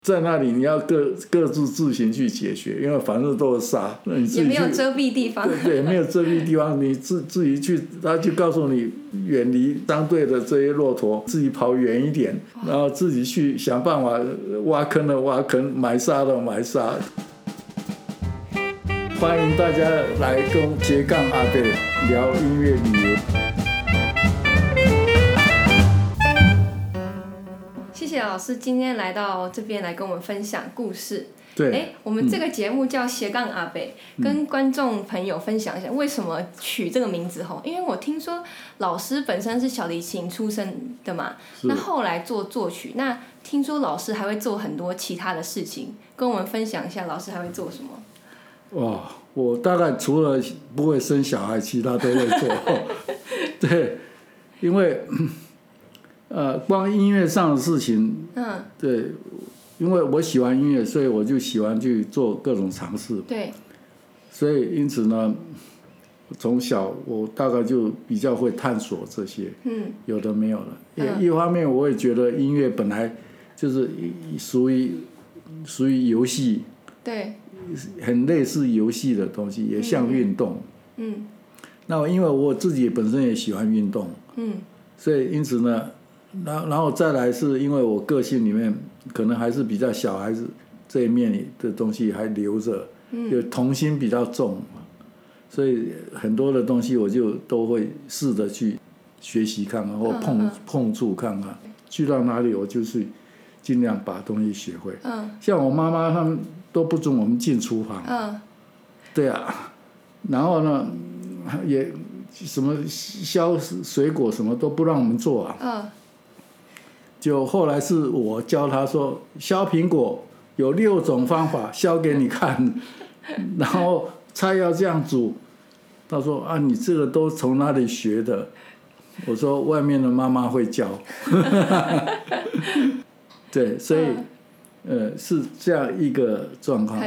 在那里你要各自自行去解决，因为反正都是沙，那你自己也没有遮蔽地方。 对，没有遮蔽地方，你自己去，他就告诉你远离相对的这些骆驼，自己跑远一点，然后自己去想办法挖坑的挖坑，埋沙的埋沙。欢迎大家来跟斜杠阿伯聊音乐旅游。 谢谢老师今天来到这边来跟我们分享故事。 对， 我们这个节目叫斜杠阿伯，跟观众朋友分享一下为什么取这个名字吼？因为我听说老师本身是小提琴出身的嘛，那后来做作曲，那听说老师还会做很多其他的事情，跟我们分享一下老师还会做什么？ 哇，我大概除了不会生小孩，其他都会做。对，因为光音乐上的事情，对，因为我喜欢音乐，所以我就喜欢去做各种尝试。 对， 所以因此呢，从小我大概就比较会探索这些，有的没有的。一方面我也觉得音乐本来就是属于游戏， 对， 很类似游戏的东西，也像运动。那因为我自己本身也喜欢运动，所以因此呢，然后再来是因为我个性里面可能还是比较小孩子这一面的东西还留着，就童心比较重，所以很多的东西我就都会试着去学习看看，或碰触看看，去到哪里我就是尽量把东西学会。像我妈妈他们都不准我们进厨房，对啊，然后呢也什么削水果什么都不让我们做啊。就后来是我教他说，削苹果有6种方法，削给你看，然后菜要这样煮。他说啊，你这个都从哪里学的？我说外面的妈妈会教。对，所以是这样一个状况，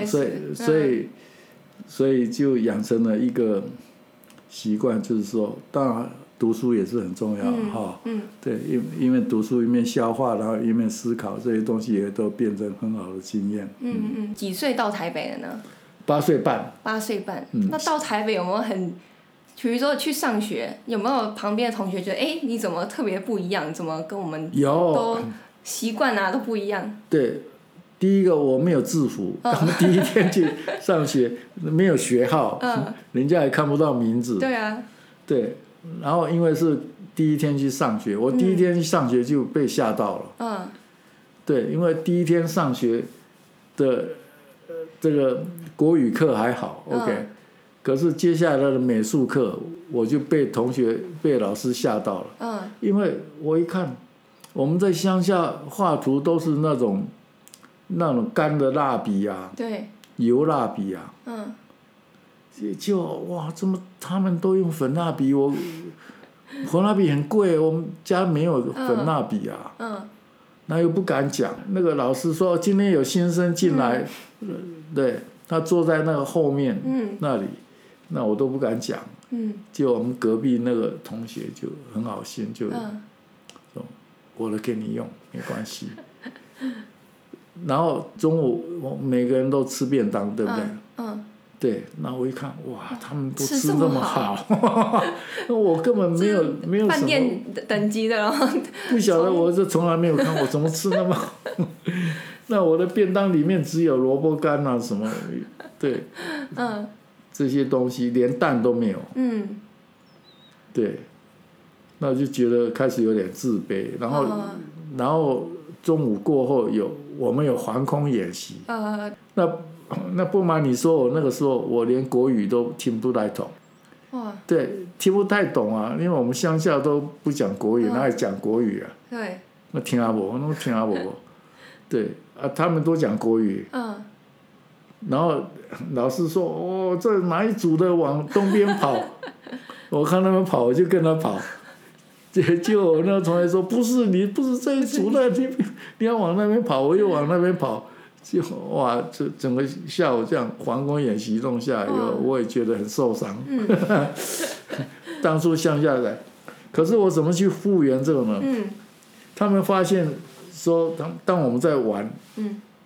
所以就养成了一个习惯，就是说，当然读书也是很重要哈。对，因为读书一面消化，然后一面思考，这些东西也都变成很好的经验。 几岁到台北的呢 ？8岁半。 8岁半。那到台北有没有比如说去上学，有没有旁边的同学觉得，你怎么特别不一样？怎么跟我们都习惯啊都不一样？ 对，第一个我没有制服，第一天去上学没有学号，人家也看不到名字。 对啊。对。 然后因为是第一天去上学，我第一天去上学就被吓到了。对，因为第一天上学的这个国语课还好，OK，可是接下来的美术课我就被老师吓到了。因为我一看我们在乡下画图都是那种干的蜡笔啊， 对， 油蜡笔啊。就哇，怎么他们都用粉蜡笔？粉蜡笔很贵，我们家没有粉蜡笔啊。那又不敢讲。那个老师说今天有新生进来，对，他坐在那个后面那里，那我都不敢讲。就我们隔壁那个同学就很好心，就说我的给你用，没关系。然后中午每个人都吃便当，对不对？对，然后我一看，哇，他们都吃这么好，我根本没有什么饭店等级的，然后不晓得，我这从来没有看我怎么吃那么好。那我的便当里面只有萝卜干啊什么，对，这些东西连蛋都没有。对，那我就觉得开始有点自卑，然后中午过后我们有防空演习，那不瞒你说，我那个时候我连国语都听不太懂。对，听不太懂啊，因为我们乡下都不讲国语，哪里讲国语啊？ 对。 那听不懂。对啊，他们都讲国语。然后老师说，这哪一组的往东边跑？我看他们跑，我就跟他跑。就我那个同学说，不是你不是这一组的，你要往那边跑，我又往那边跑。就哇，这整个下午这样防空演习弄下来以后，我也觉得很受伤。当初乡下来，可是我怎么去复原这个呢？他们发现说，当我们在玩，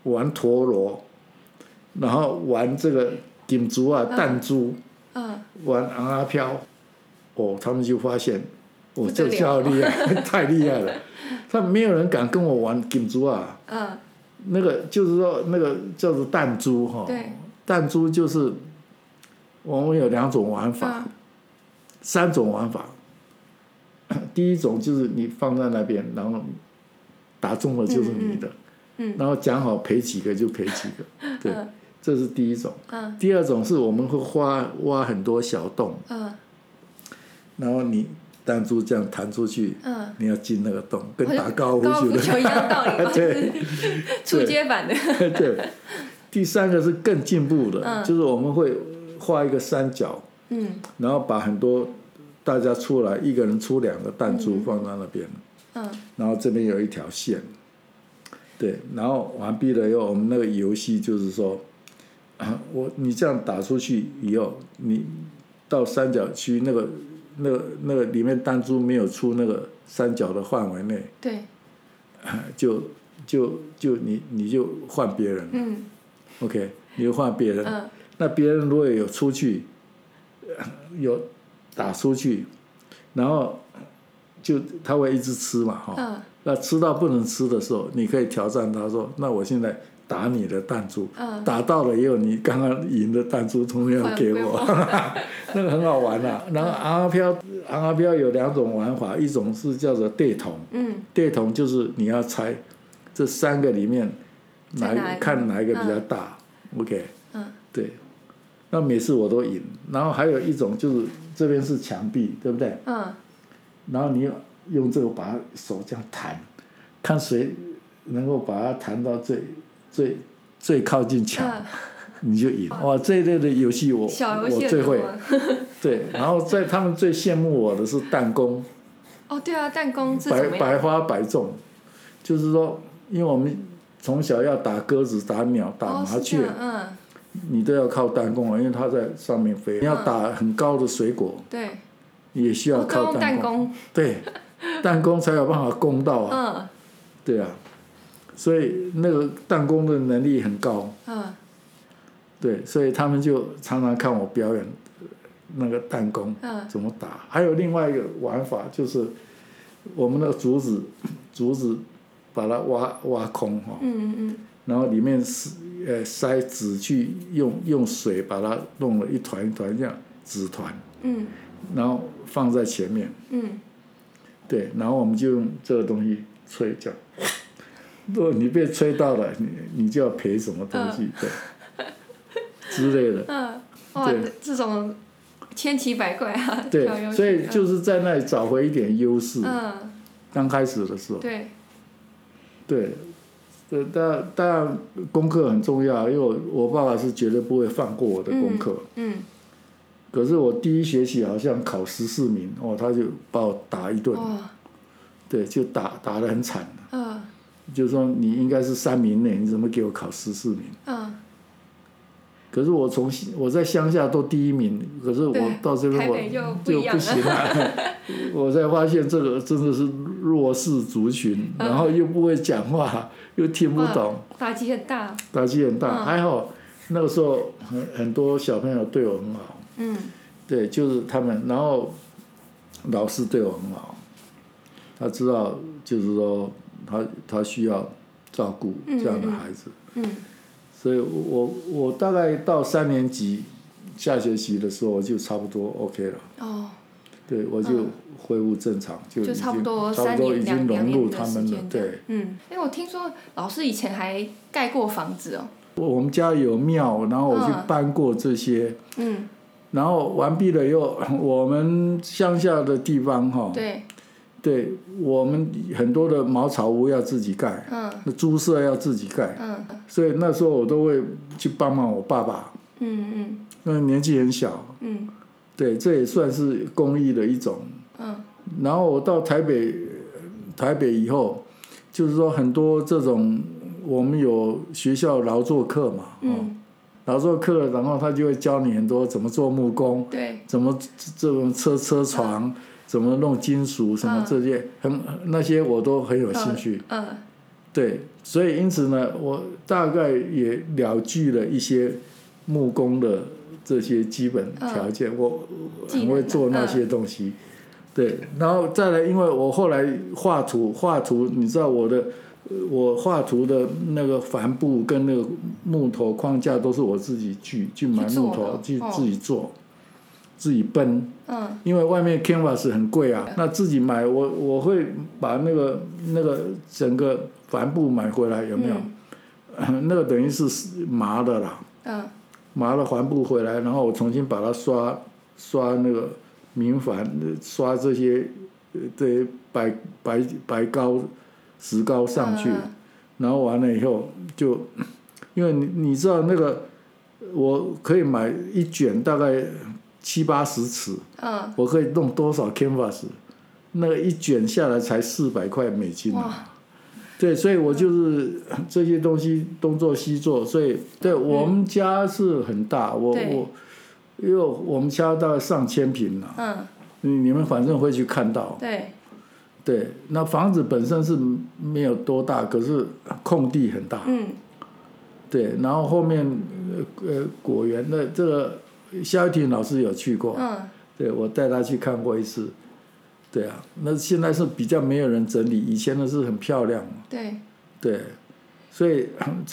玩陀螺，然后玩这个金珠啊、弹珠，玩昂啊飘，他们就发现，这叫厉害，太厉害了，他们没有人敢跟我玩金珠啊。那个就是说，那个叫做弹珠哈，弹珠就是我们有2种玩法，3种玩法。第一种就是你放在那边，然后打中了就是你的，然后讲好赔几个就赔几个，对，这是第一种。第二种是我们会挖很多小洞，然后你弹珠这样弹出去，你要进那个洞，跟打高尔夫球一样道理， 对， 初阶版的。 对，第3个是更进步的，就是我们会画一个三角，然后把很多大家出来，一个人出2个弹珠放在那边，然后这边有一条线，对，然后完毕了以后，我们那个游戏就是说，你这样打出去以后，你到三角区那个里面弹珠没有出那个三角的范围内， 对， 就你就换别人，OK， 你就换别人，那别人如果有出去，有打出去，然后就他会一直吃嘛，那吃到不能吃的时候，你可以挑战他说，那我现在打你的弹珠，打到了以后，你刚刚赢的弹珠同样给我，那个很好玩啊。然后昂啊飘有2种玩法，一种是叫做对筒，对筒就是你要猜这3个里面看哪一个比较大，OK，对，那每次我都赢。然后还有一种就是这边是墙壁，对不对？然后你用这个把手这样弹，看谁能够把它弹到最靠近墙，你就赢。哇，这一类的游戏我最会。对，然后他们最羡慕我的是弹弓。 对啊，弹弓是怎么样？ 百花百中，就是说，因为我们从小要打鸽子、打鸟、打麻雀，你都要靠弹弓啊，因为它在上面飞。你要打很高的水果， 对， 也需要靠弹弓。对，弹弓才有办法攻到啊。对啊。所以那个弹弓的能力很高，对，所以他们就常常看我表演那个弹弓怎么打。还有另外一个玩法就是我们那个竹子把它挖空哈，然后里面塞纸去用水把它弄了一团一团这样纸团，然后放在前面，对，然后我们就用这个东西吹这样。如果你被吹到了，你就要赔什么东西，对，之类的。 哇，这种千奇百怪啊。 对，所以就是在那里找回一点优势。刚开始的时候。对。对，当然功课很重要，因为我爸爸是绝对不会放过我的功课。可是我第1学期好像考14名，他就把我打一顿。对，就打得很惨。就是说你应该是3名内，你怎么给我考14名？可是我在乡下都第1名，可是我到这边我就不行了。我才发现这个真的是弱势族群，然后又不会讲话，又听不懂， 打击很大。 还好那个时候很多小朋友对我很好。对，就是他们，然后老师对我很好，他知道就是说。他需要照顾这样的孩子，所以我大概到3年级下学期的时候，我就差不多 OK 了。对，我就恢复正常， 就差不多已经融入他们了。对， 我听说老师以前还盖过房子哦。 我们家有庙，然后我去搬过这些。然后完毕了以后，我们乡下的地方哈。对，我们很多的茅草屋要自己盖，那猪舍要自己盖，所以那时候我都会去帮忙我爸爸，那年纪很小，对，这也算是公益的一种，然后我到台北以后，就是说很多这种我们有学校劳作课嘛，劳作课，然后他就会教你很多怎么做木工， 对， 怎么这种车床。怎么弄金属什么这些那些我都很有兴趣， 对，所以因此呢，我大概也了具了一些木工的这些基本条件，我很会做那些东西。对，然后再来，因为我后来画图，你知道我画图的那个帆布跟那个木头框架都是我自己去买木头，自己做，自己奔。因为外面 canvas 很贵啊，那自己买，我会把那个整个帆布买回来，有没有？那个等于是麻的啦。麻的帆布回来，然后我重新把它刷那个明矾，刷这些白膏石膏上去，然后完了以后就，因为你知道那个我可以买一卷大概70-80尺，我可以弄多少 canvas， 那个一卷下来才$400啊。对，所以我就是这些东西东做西做，所以对我们家是很大，因为我们家大概上千坪了，你们反正会去看到。对，那房子本身是没有多大，可是空地很大。对，然后后面果园的这个萧一婷老师有去过，对，我带他去看过一次。对啊，那现在是比较没有人整理，以前的是很漂亮。对，所以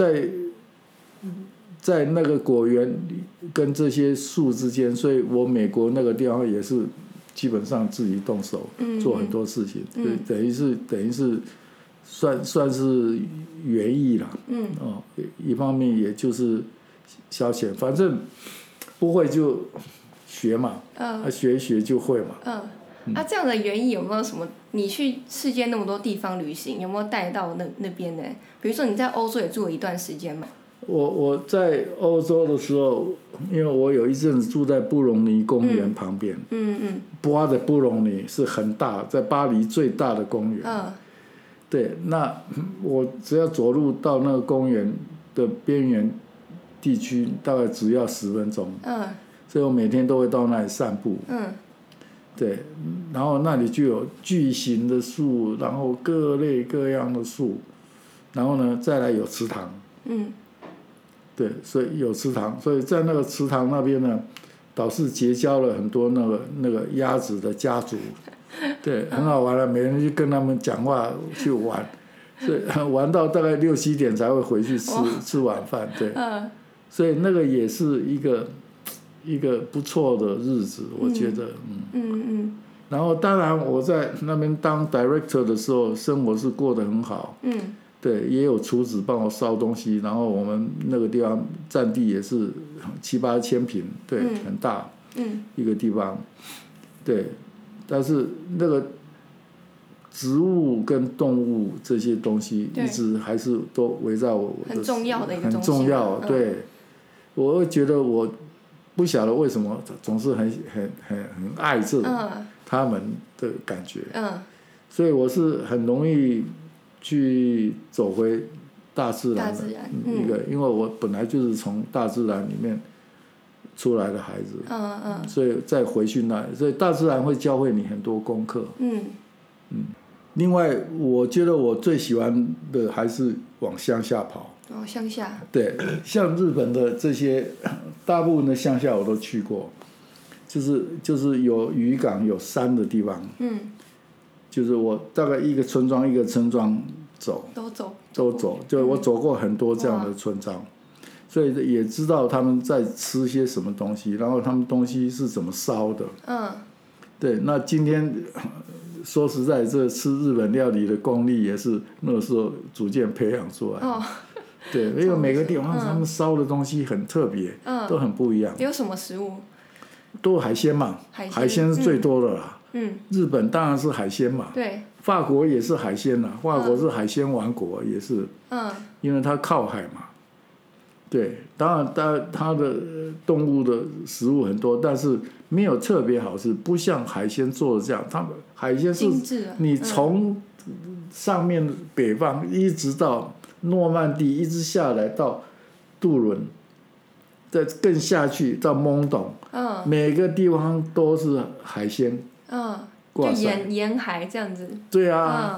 在那个果园跟这些树之间，所以我美国那个地方也是基本上自己动手做很多事情，等于是算是园艺啦。一方面也就是消遣，反正不会就学嘛，学一学就会嘛。 这样的园艺有没有什么？你去世界那么多地方旅行，有没有带到那边呢？比如说你在欧洲也住了一段时间嘛？ 我在欧洲的时候，因为我有一阵子住在布隆尼公园旁边。波阿的布隆尼是很大，在巴黎最大的公园。对，那我只要走路到那个公园的边缘地区，大概只要10分钟。所以我每天都会到那里散步。对，然后那里就有巨型的树，然后各类各样的树，然后呢，再来有池塘。对，所以有池塘，所以在那个池塘那边呢，倒是结交了很多那个鸭子的家族。对，很好玩了，每人就跟他们讲话去玩，所以玩到大概6-7点才会回去吃晚饭。对，所以那个也是一个不错的日子，我觉得。然后当然我在那边当 director 的时候，生活是过得很好。对，也有厨子帮我烧东西，然后我们那个地方占地也是7-8千坪，对，很大一个地方。对，但是那个植物跟动物这些东西一直还是都围在我的很重要的一个很重要。对，我会觉得我不晓得为什么总是很爱这他们的感觉。所以我是很容易去走回大自然的因为我本来就是从大自然里面出来的孩子。所以再回去那里，所以大自然会教会你很多功课。另外我觉得我最喜欢的还是往乡下跑。 乡下。对， 像日本的这些大部分的乡下我都去过，就是有渔港有山的地方。就是我大概一个村庄一个村庄都走，就我走过很多这样的村庄。所以也知道他们在吃些什么东西，然后他们东西是怎么烧的。对，那今天说实在，这吃日本料理的功力也是那个时候逐渐培养出来。对，因为每个地方他们烧的东西很特别，都很不一样。 有什么食物？ 都海鲜嘛，海鲜是最多的啦。日本当然是海鲜嘛。 对。 法国也是海鲜啦，法国是海鲜王国，也是。因为它靠海嘛。对，当然它的动物的食物很多，但是没有特别好吃，不像海鲜做的这样。他们海鲜是你从上面北方一直到诺曼底，一直下来到杜伦，再更下去到蒙董，每个地方都是海鲜。 就沿海这样子。 对啊。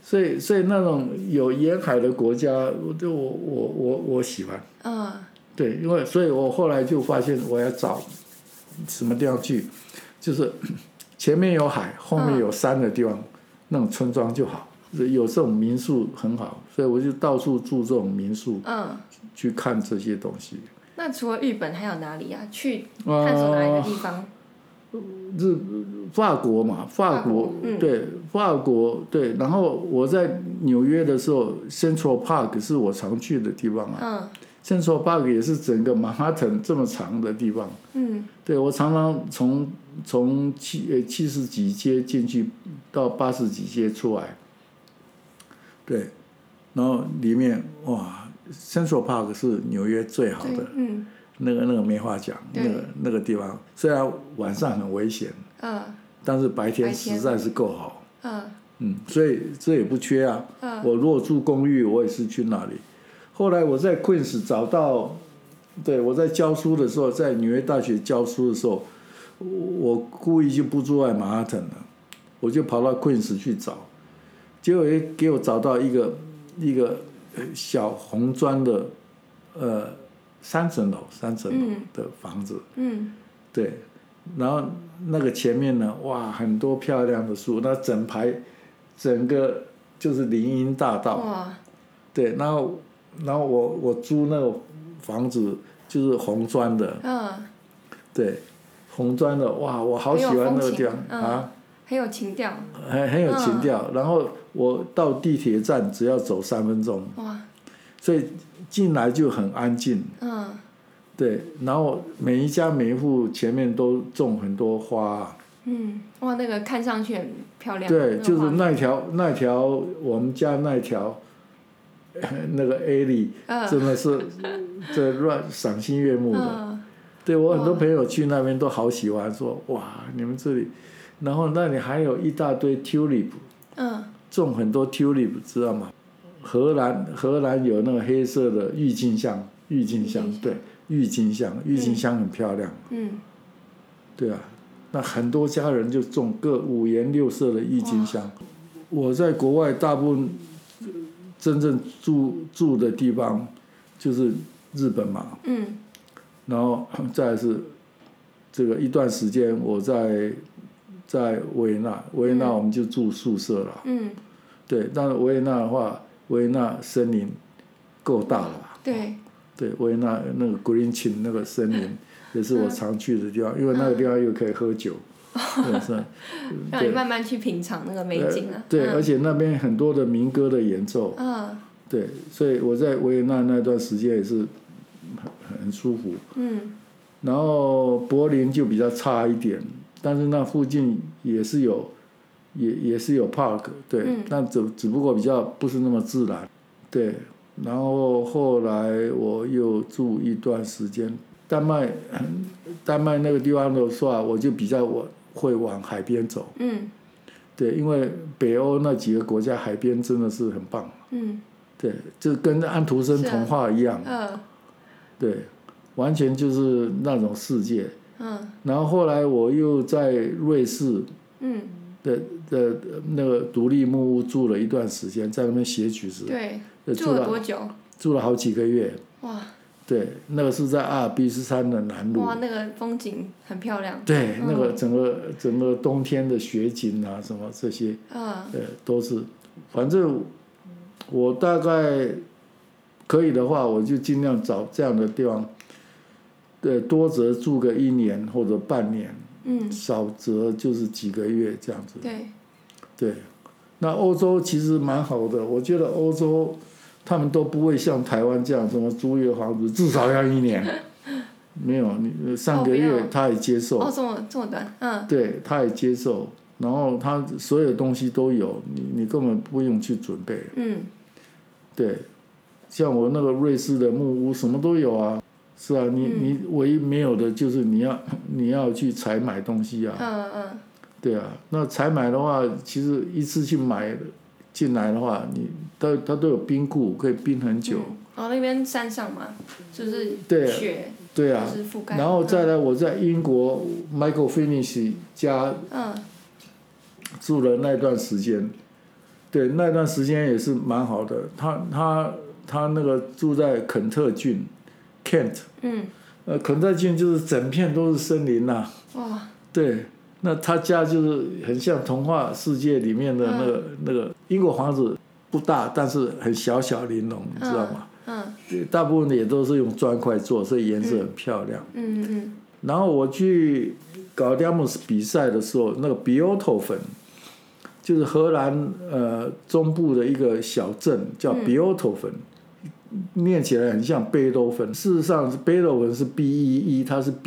所以那种有沿海的国家，我喜欢。对，所以我后来就发现我要找什么地方去，就是前面有海，后面有山的地方，那种村庄就好。有这种民宿很好，所以我就到处住这种民宿，去看这些东西。 那除了日本还有哪里啊？去探索哪一个地方？ 法国嘛，法国对，法国对。然后我在纽约的时候 ，Central Park 是我常去的地方啊。Central Park 也是整个曼哈顿这么长的地方。对，我常常从70几街进去到80几街出来。对，然后里面哇 ，Central Park 是纽约最好的。那个没话讲，那个地方虽然晚上很危险，但是白天实在是够好，所以这也不缺啊。我如果住公寓，我也是去那里。后来我在 Queens 找到，对，我在教书的时候，在纽约大学教书的时候，我故意就不住在曼哈顿了，我就跑到 Queens 去找，结果也给我找到一个小红砖的3层楼的房子，对，然后那个前面呢，哇，很多漂亮的树，那整个就是林荫大道，对，然后我租那个房子就是红砖的，对，红砖的，哇，我好喜欢那个地方啊， 很有情调， 很有情调，然后我到地铁站只要走3分钟，所以进来就很安静，对，然后每一家每一户前面都种很多花， 哇，那个看上去很漂亮， 对，就是那条我们家那条那个 alley，真的是这赏心悦目的，对，我很多朋友去那边都好喜欢，说哇你们这里，然后那里还有一大堆 tulip，种很多 tulip 知道吗？荷兰有那个黑色的郁金香，对，郁金香很漂亮，对啊，那很多家人就种各5颜6色的郁金香。我在国外大部分真正住的地方就是日本嘛，然后再来是这个一段时间我在维也纳我们就住宿舍了，对，但是维也纳的话，维也纳森林够大了吧？对，维也纳那个 Greenchin 那个森林也是我常去的地方，因为那个地方又可以喝酒， 让你慢慢去品尝那个美景啊。 对，而且那边很多的民歌的演奏，对，所以我在维也纳那段时间也是很舒服。然后柏林就比较差一点，但是那附近也是有 park， 对，但只不过比较不是那么自然，对。然后后来我又住一段时间丹麦那个地方的话，我就比较会往海边走，对，因为北欧那几个国家海边真的是很棒，对，就跟安徒生童话一样，对，完全就是那种世界，然后后来我又在瑞士，的那个独立木屋住了一段时间，在那边写曲子， 对，住了多久？ 住了好几个月。 哇！ 对，那个是在阿尔卑斯山的南麓。 哇，那个风景很漂亮。 对，那个整个冬天的雪景啊，什么这些，都是，反正我大概可以的话，我就尽量找这样的地方，多则住个1年或者半年。少则就是几个月这样子。对，那欧洲其实蛮好的，我觉得欧洲他们都不会像台湾这样，什么租一个房子至少要1年，没有，你3个月他也接受。 这么短， 对，他也接受，然后他所有东西都有，你根本不用去准备。对，像我那个瑞士的木屋什么都有啊。是啊，你唯一没有的就是你要去采买东西啊。对啊，那采买的话，其实一次去买进来的话，它都有冰库，可以冰很久。 那边山上嘛，就是雪， 对啊， 就是覆盖。 然后再来，我在英国 Michael Finish 家住了那段时间， 对，那段时间也是蛮好的。他那个住在肯特郡 ，Kent， 肯特郡就是整片都是森林呐。哇。对，那他家就是很像童话世界里面的那个英国房子，不大，但是很小小玲珑，你知道吗？大部分也都是用砖块做，所以颜色很漂亮。然后我去搞迪亚姆斯比赛的时候，那个比奥托芬就是荷兰中部的一个小镇，叫比奥托芬，念起来很像贝多芬。事实上，贝多芬是 BEE， 它是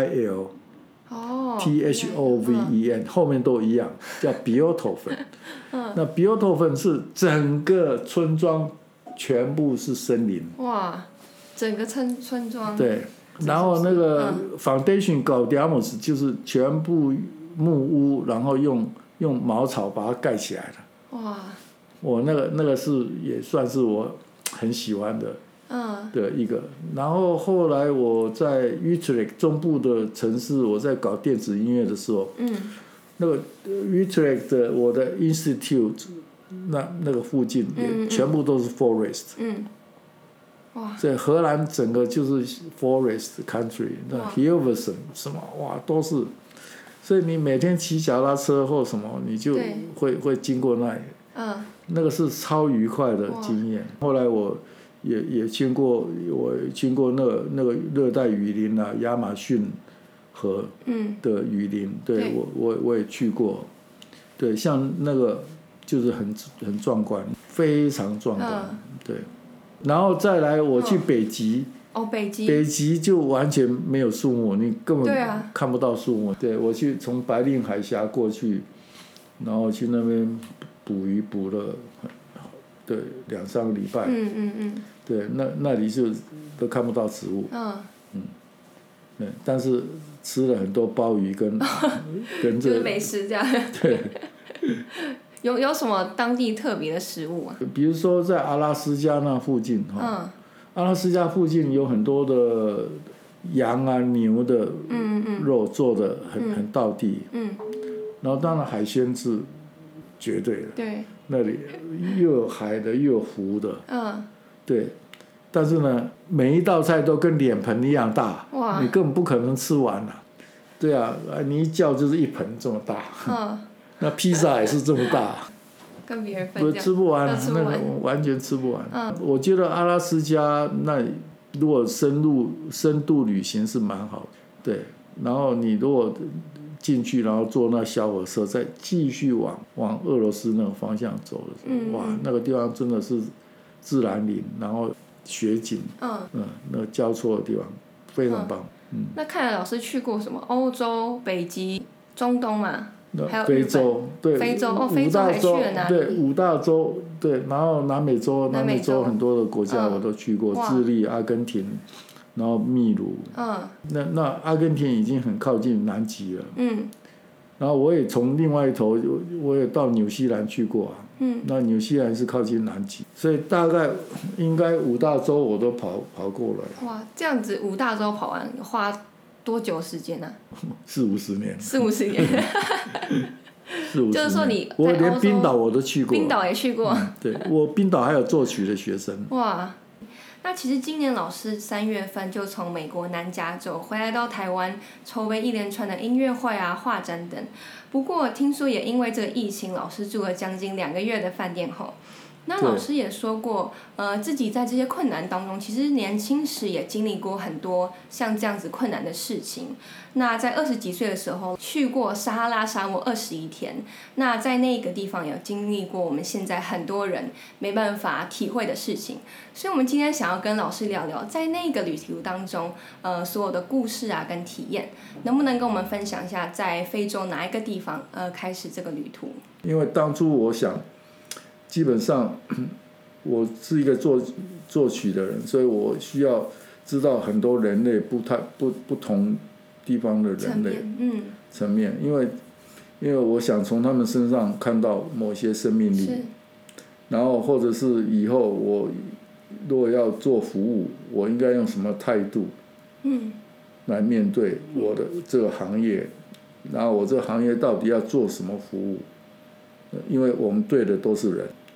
BIL。THOVEN 后面都一样，叫比奥托芬。那比奥托芬是整个村庄全部是森林。 哇，整个村庄。 对，然后那个 Foundation 搞 Diamos 就是全部木屋，然后用茅草把它盖起来的。哇，我那个是也算是我很喜欢的。的一个，然后后来我在 Utrecht 中部的城市，我在搞电子音乐的时候，那个 Utrecht 的我的 Institute 那个附近也全部都是 forest，哇，在荷兰整个就是 forest country， 那 Hilversum 什么哇都是，所以你每天骑脚踏车或什么，你就会经过那里，那个是超愉快的经验。后来我也经过，我经过那个热带雨林啊，亚马逊河的雨林，对我也去过，对，像那个就是很壮观，非常壮观，对。然后再来我去北极，北极就完全没有树木，你根本看不到树木。对，我去从白令海峡过去，然后去那边捕鱼捕了，对，2-3个礼拜。对，那里就都看不到植物。对，但是吃了很多鲍鱼跟就是美食这样。 对。 有什么当地特别的食物啊？ 比如说在阿拉斯加那附近阿拉斯加附近有很多的羊啊牛的肉做的很道地。然后当然海鲜是绝对的。 对。 那里又有海的又有湖的。对，但是呢，每一道菜都跟脸盆一样大，你根本不可能吃完了。对啊，你一叫就是一盆这么大。那披萨也是这么大， 跟别人分吃不完，那个完全吃不完。我觉得阿拉斯加那如果深度旅行是蛮好的，对。然后你如果进去，然后坐那小火车，再继续往俄罗斯那个方向走的时候，哇，那个地方真的是自然林，然后雪景，那个交错的地方非常棒。 那看来老师去过什么欧洲、北极、中东嘛？还有非洲，对， 非洲还去了哪里？ 对，5大洲，对，然后南美洲很多的国家我都去过，智利、阿根廷，然后秘鲁。那阿根廷已经很靠近南极了。然后我也从另外一头，我也到纽西兰去过啊。那纽西兰是靠近南极，所以大概应该5大洲我都跑过了。 哇，这样子5大洲跑完花多久时间呢 ？40-50年。 40-50年。就是说你我连冰岛我都去过。 冰岛也去过。 对，我冰岛还有作曲的学生。 哇。那其实今年老师3月份就从美国南加州回来到台湾，筹备一连串的音乐会啊、画展等。不过听说也因为这个疫情，老师住了将近2个月的饭店后。那老师也说过，自己在这些困难当中，其实年轻时也经历过很多像这样子困难的事情。那在20几岁的时候，去过撒哈拉沙漠21天。那在那个地方有经历过我们现在很多人没办法体会的事情。所以我们今天想要跟老师聊聊，在那个旅途当中，所有的故事啊跟体验，能不能跟我们分享一下，在非洲哪一个地方开始这个旅途？ 因为当初我想。基本上，我是一个作曲的人，所以我需要知道很多人类不同地方的人类层面，因为我想从他们身上看到某些生命力，然后或者是以后我如果要做服务，我应该用什么态度来面对我的这个行业，然后我这个行业到底要做什么服务？因为我们对的都是人，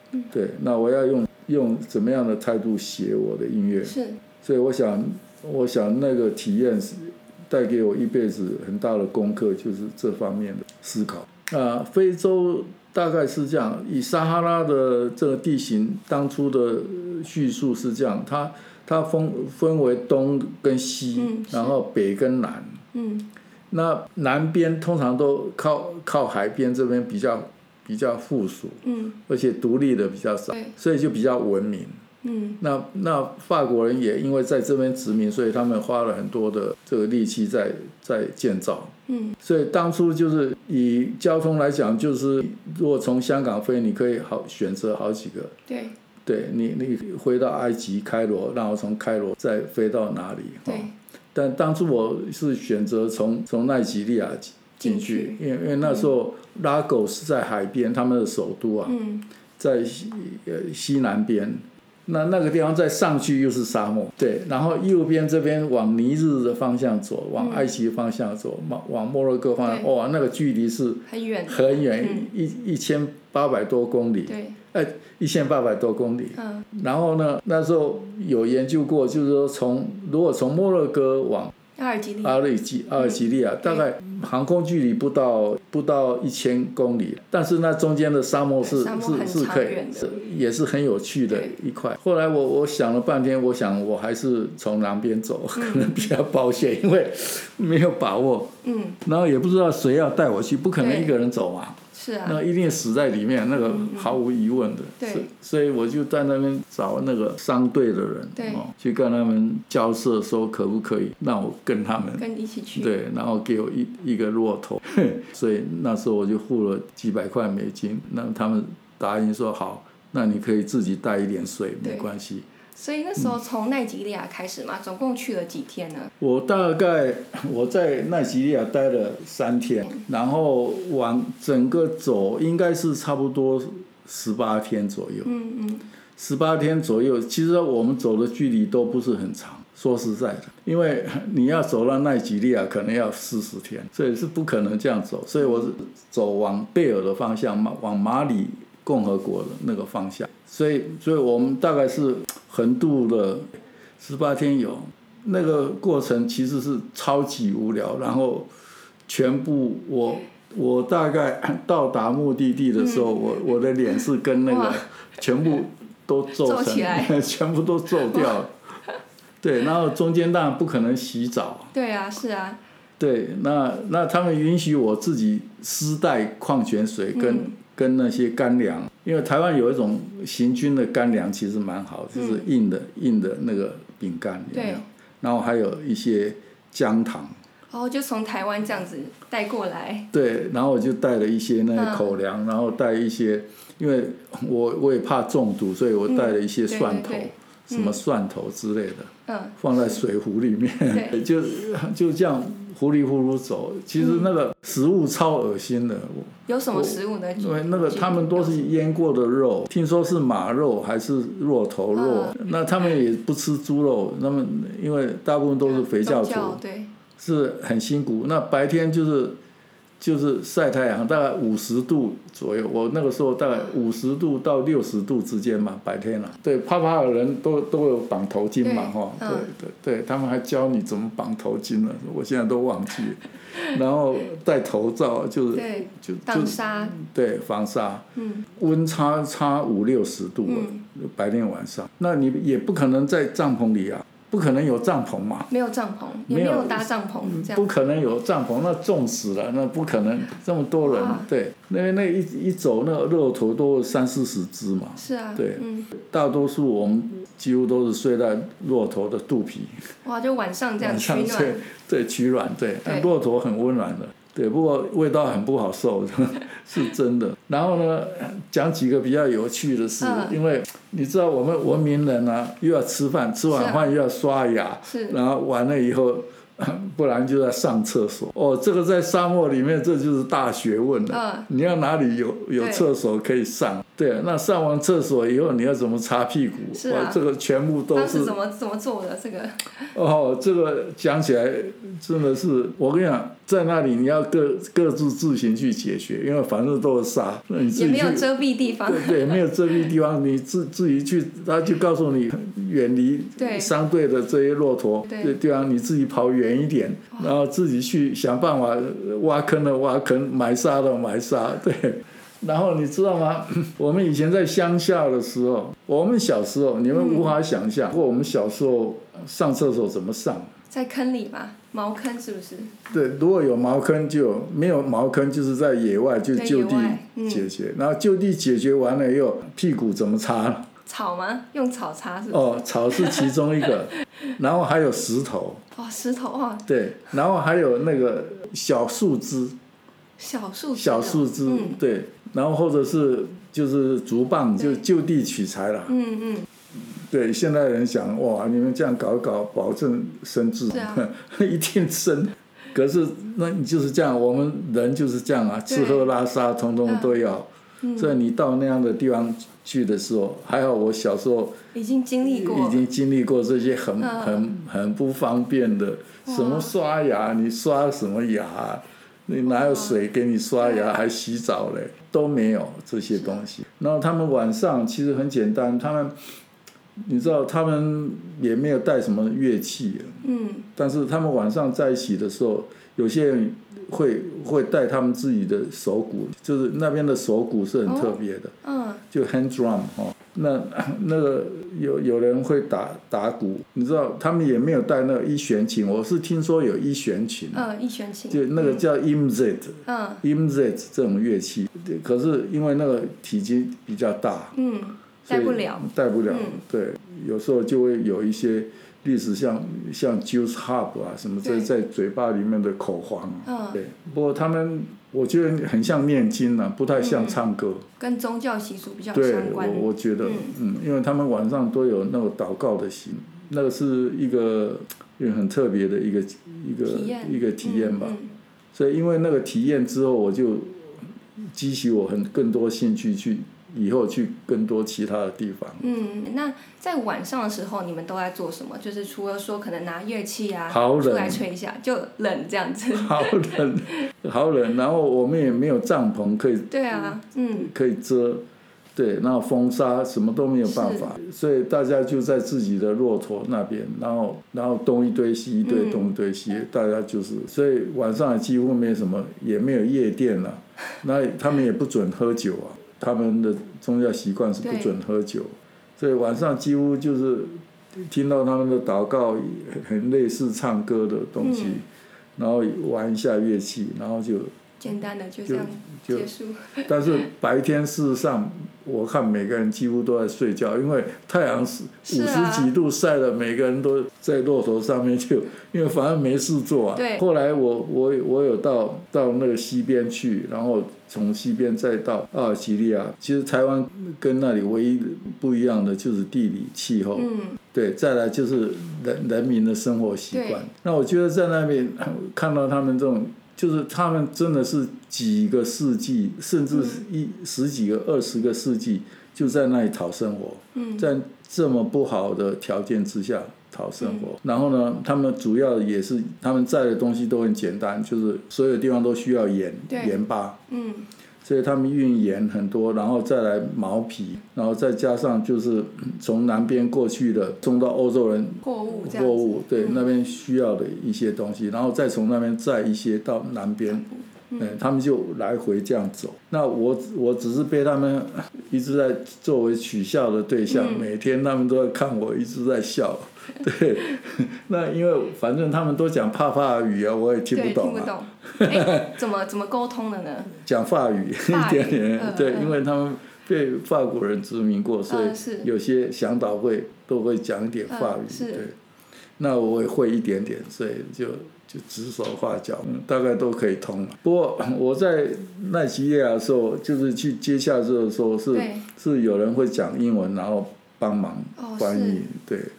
对，那我要用怎么样的态度写我的音乐？ 是， 所以我想那个体验是带给我一辈子很大的功课，就是这方面的思考。非洲大概是这样，以撒哈拉的这个地形，当初的叙述是这样，它分为东跟西，然后北跟南。那南边通常都靠海边这边比较附属，而且独立的比较少，所以就比较文明。那法国人也因为在这边殖民，所以他们花了很多的这个力气在建造。所以当初就是以交通来讲，就是如果从香港飞，你可以选择好几个。对，你回到埃及开罗，然后从开罗再飞到哪里？但当初我是选择从奈及利亚进去，因为那时候拉狗是在海边，他们的首都啊，在西南边。那个地方再上去又是沙漠，对，然后右边这边往尼日的方向走，往埃及方向走，往摩洛哥方向，哇，那个距离是很远，1800多公里，对，1800多公里。然后呢，那时候有研究过，就是说如果从摩洛哥往阿尔及利亚大概航空距离不到1000公里，但是那中间的沙漠是可以，也是很有趣的一块。后来我想了半天，我想我还是从南边走，可能比较保险，因为没有把握。然后也不知道谁要带我去，不可能一个人走嘛。 是啊， 那一定死在里面，那个毫无疑问的。所以我就在那边找那个商队的人，去跟他们交涉，说可不可以让我跟他们一起去。 对，然后给我一个骆驼，所以那时候我就付了几百块美金，那他们答应说好，那你可以自己带一点水，没关系。 所以那时候从奈及利亚开始嘛，总共去了几天呢？ 我在奈及利亚待了3天，然后往整个走应该是差不多18天左右。18天左右，其实我们走的距离都不是很长，说实在的，因为你要走到奈及利亚可能要40天，所以是不可能这样走，所以我是走往贝尔的方向，往马里共和国的那个方向，所以我们大概是横渡了18天有，那个过程其实是超级无聊，然后全部我大概到达目的地的时候，我的脸是跟那个全部都皱起来，全部都皱掉了。对，然后中间当然不可能洗澡。 对啊，是啊。 对，那他们允许我自己私带矿泉水跟那些干粮，因为台湾有一种行军的干粮，其实蛮好，就是硬的那个饼干，有没有？然后还有一些姜糖。 就从台湾这样子带过来。 对，然后我就带了一些那个口粮，然后带一些，因为我也怕中毒，所以我带了一些蒜头，什么蒜头之类的，放在水壶里面，就这样糊里糊涂走。其实那个食物超恶心的。 有什么食物呢？ 对，那个他们都是腌过的肉，听说是马肉还是骆驼肉。那他们也不吃猪肉，他们因为大部分都是肥皂族，是很辛苦。那白天就是晒太阳，大概50度左右。我那个时候大概50度到60度之间嘛，白天啊。对，怕的人都有绑头巾嘛，对，他们还教你怎么绑头巾了，我现在都忘记了。然后戴头罩，就防沙。 对，防沙。温差50-60度，白天晚上，那你也不可能在帐篷里啊。不可能有帐篷嘛？ 没有帐篷，也没有搭帐篷，这样不可能有帐篷，那重死了，那不可能这么多人。对，那一走，那骆驼都30-40只嘛。 是啊。 对，大多数我们几乎都是睡在骆驼的肚皮。 哇，就晚上这样取暖。 对，取暖，对，骆驼很温暖的。对，不过味道很不好受，是真的。然后呢，讲几个比较有趣的事，因为你知道我们文明人啊，又要吃饭，吃完饭又要刷牙，然后完了以后， 不然就在上厕所。哦，这个在沙漠里面这就是大学问了。你要哪里有厕所可以上？对，那上完厕所以后你要怎么擦屁股？ 是啊， 这个全部都是。当时怎么做的这个？ 哦，这个讲起来真的是，我跟你讲，在那里你要各自自行去解决，因为反正都是沙，那你自己也没有遮蔽地方。 对，没有遮蔽地方，你自己去，他就告诉你远离相对的这些骆驼的地方，你自己跑远一点，然后自己去想办法挖坑的挖坑，埋沙的埋沙，对。然后你知道吗？我们以前在乡下的时候，我们小时候，你们无法想象，我们小时候上厕所怎么上？ 在坑里吧，茅坑是不是？ 对，如果有茅坑就有，没有茅坑就是在野外就就地解决，然后就地解决完了以后，屁股怎么擦？ 草吗？用草擦是不是？ 哦，草是其中一个，然后还有石头。 哦，石头哦。 对，然后还有那个小树枝。小树枝，对，然后或者是就是竹棒，就地取材了。对，现代人想，哇，你们这样搞一搞，保证生智，一定生。可是那你就是这样，我们人就是这样啊，吃喝拉撒统统都要。所以你到那样的地方去的时候，还好我小时候已经经历过这些很不方便的，什么刷牙，你刷什么牙？你哪有水给你刷牙还洗澡嘞？都没有这些东西。然后他们晚上其实很简单，你知道他们也没有带什么乐器，但是他们晚上在一起的时候，有些人会带他们自己的手鼓，就是那边的手鼓是很特别的，就 hand drum 那个有人会打鼓，你知道他们也没有带那个一弦琴，我是听说有一弦琴， 一弦琴， 就那个叫 imzet，这种乐器，可是因为那个体积比较大， 带不了， 对，有时候就会有一些历史像 juice harp 啊什么在嘴巴里面的口簧，对，不过他们我觉得很像念经啊，不太像唱歌， 跟宗教习俗比较相关。 对，我觉得，因为他们晚上都有那个祷告的心，那个是一个很特别的一个体验吧。所以因为那个体验之后，我就激起我更多兴趣去。以后去更多其他的地方。 那在晚上的时候，你们都在做什么？就是除了说可能拿乐器啊出来吹一下，就冷这样子。 好冷，然后我们也没有帐篷可以。 对啊， 可以遮，对，然后风沙什么都没有办法，所以大家就在自己的骆驼那边，然后东一堆西一堆，东一堆西，大家就是，所以晚上几乎没什么，也没有夜店了，那他们也不准喝酒啊。他们的宗教习惯是不准喝酒，所以晚上几乎就是听到他们的祷告，很类似唱歌的东西，然后玩一下乐器，然后就简单的就这样结束。 但是白天事实上，我看每个人几乎都在睡觉，因为太阳50几度晒的，每个人都在骆驼上面因为反正没事做啊。后来我有到那个西边去，然后从西边再到阿尔及利亚。其实台湾跟那里唯一不一样的就是地理气候，对，再来就是人民的生活习惯。那我觉得在那边看到他们这种。就是他们真的是几个世纪，甚至十几个、20个世纪，就在那里讨生活，在这么不好的条件之下讨生活。然后呢，他们主要也是他们载的东西都很简单，就是所有地方都需要盐巴，所以他们运盐很多，然后再来毛皮，然后再加上就是从南边过去的送到欧洲人货物，对，那边需要的一些东西，然后再从那边载一些到南边，他们就来回这样走。那我只是被他们一直在作为取笑的对象，每天他们都在看我一直在笑。对，那因为反正他们都讲帕语啊，我也听不懂啊。 怎么沟通的呢？ 讲法语一点点，对，因为他们被法国人殖民过，所以有些向导都会讲一点法语，对。那我也会一点点，所以就指手画脚，大概都可以通了。不过我在奈及利亚的时候，就是去接下这的时候是有人会讲英文，然后帮忙翻译，对。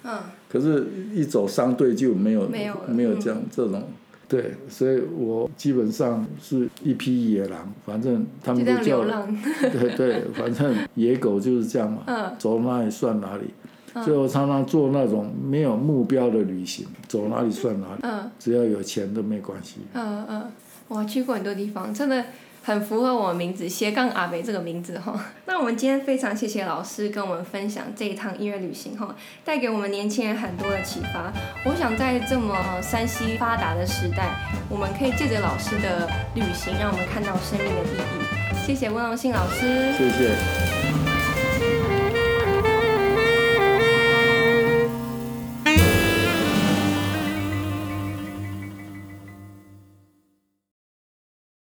可是一走商队就没有这种。对，所以我基本上是一匹野狼，反正他们都叫流浪。 对，反正野狗就是这样嘛，走哪里算哪里。所以我常常做那种没有目标的旅行，走哪里算哪里，只要有钱都没关系。 我去过很多地方，真的很符合我的名字斜杠阿北这个名字哈。那我们今天非常谢谢老师跟我们分享这一趟音乐旅行哈，带给我们年轻人很多的启发。我想在这么3C 发达的时代，我们可以借着老师的旅行，让我们看到生命的意义。谢谢温荣信老师， 谢谢。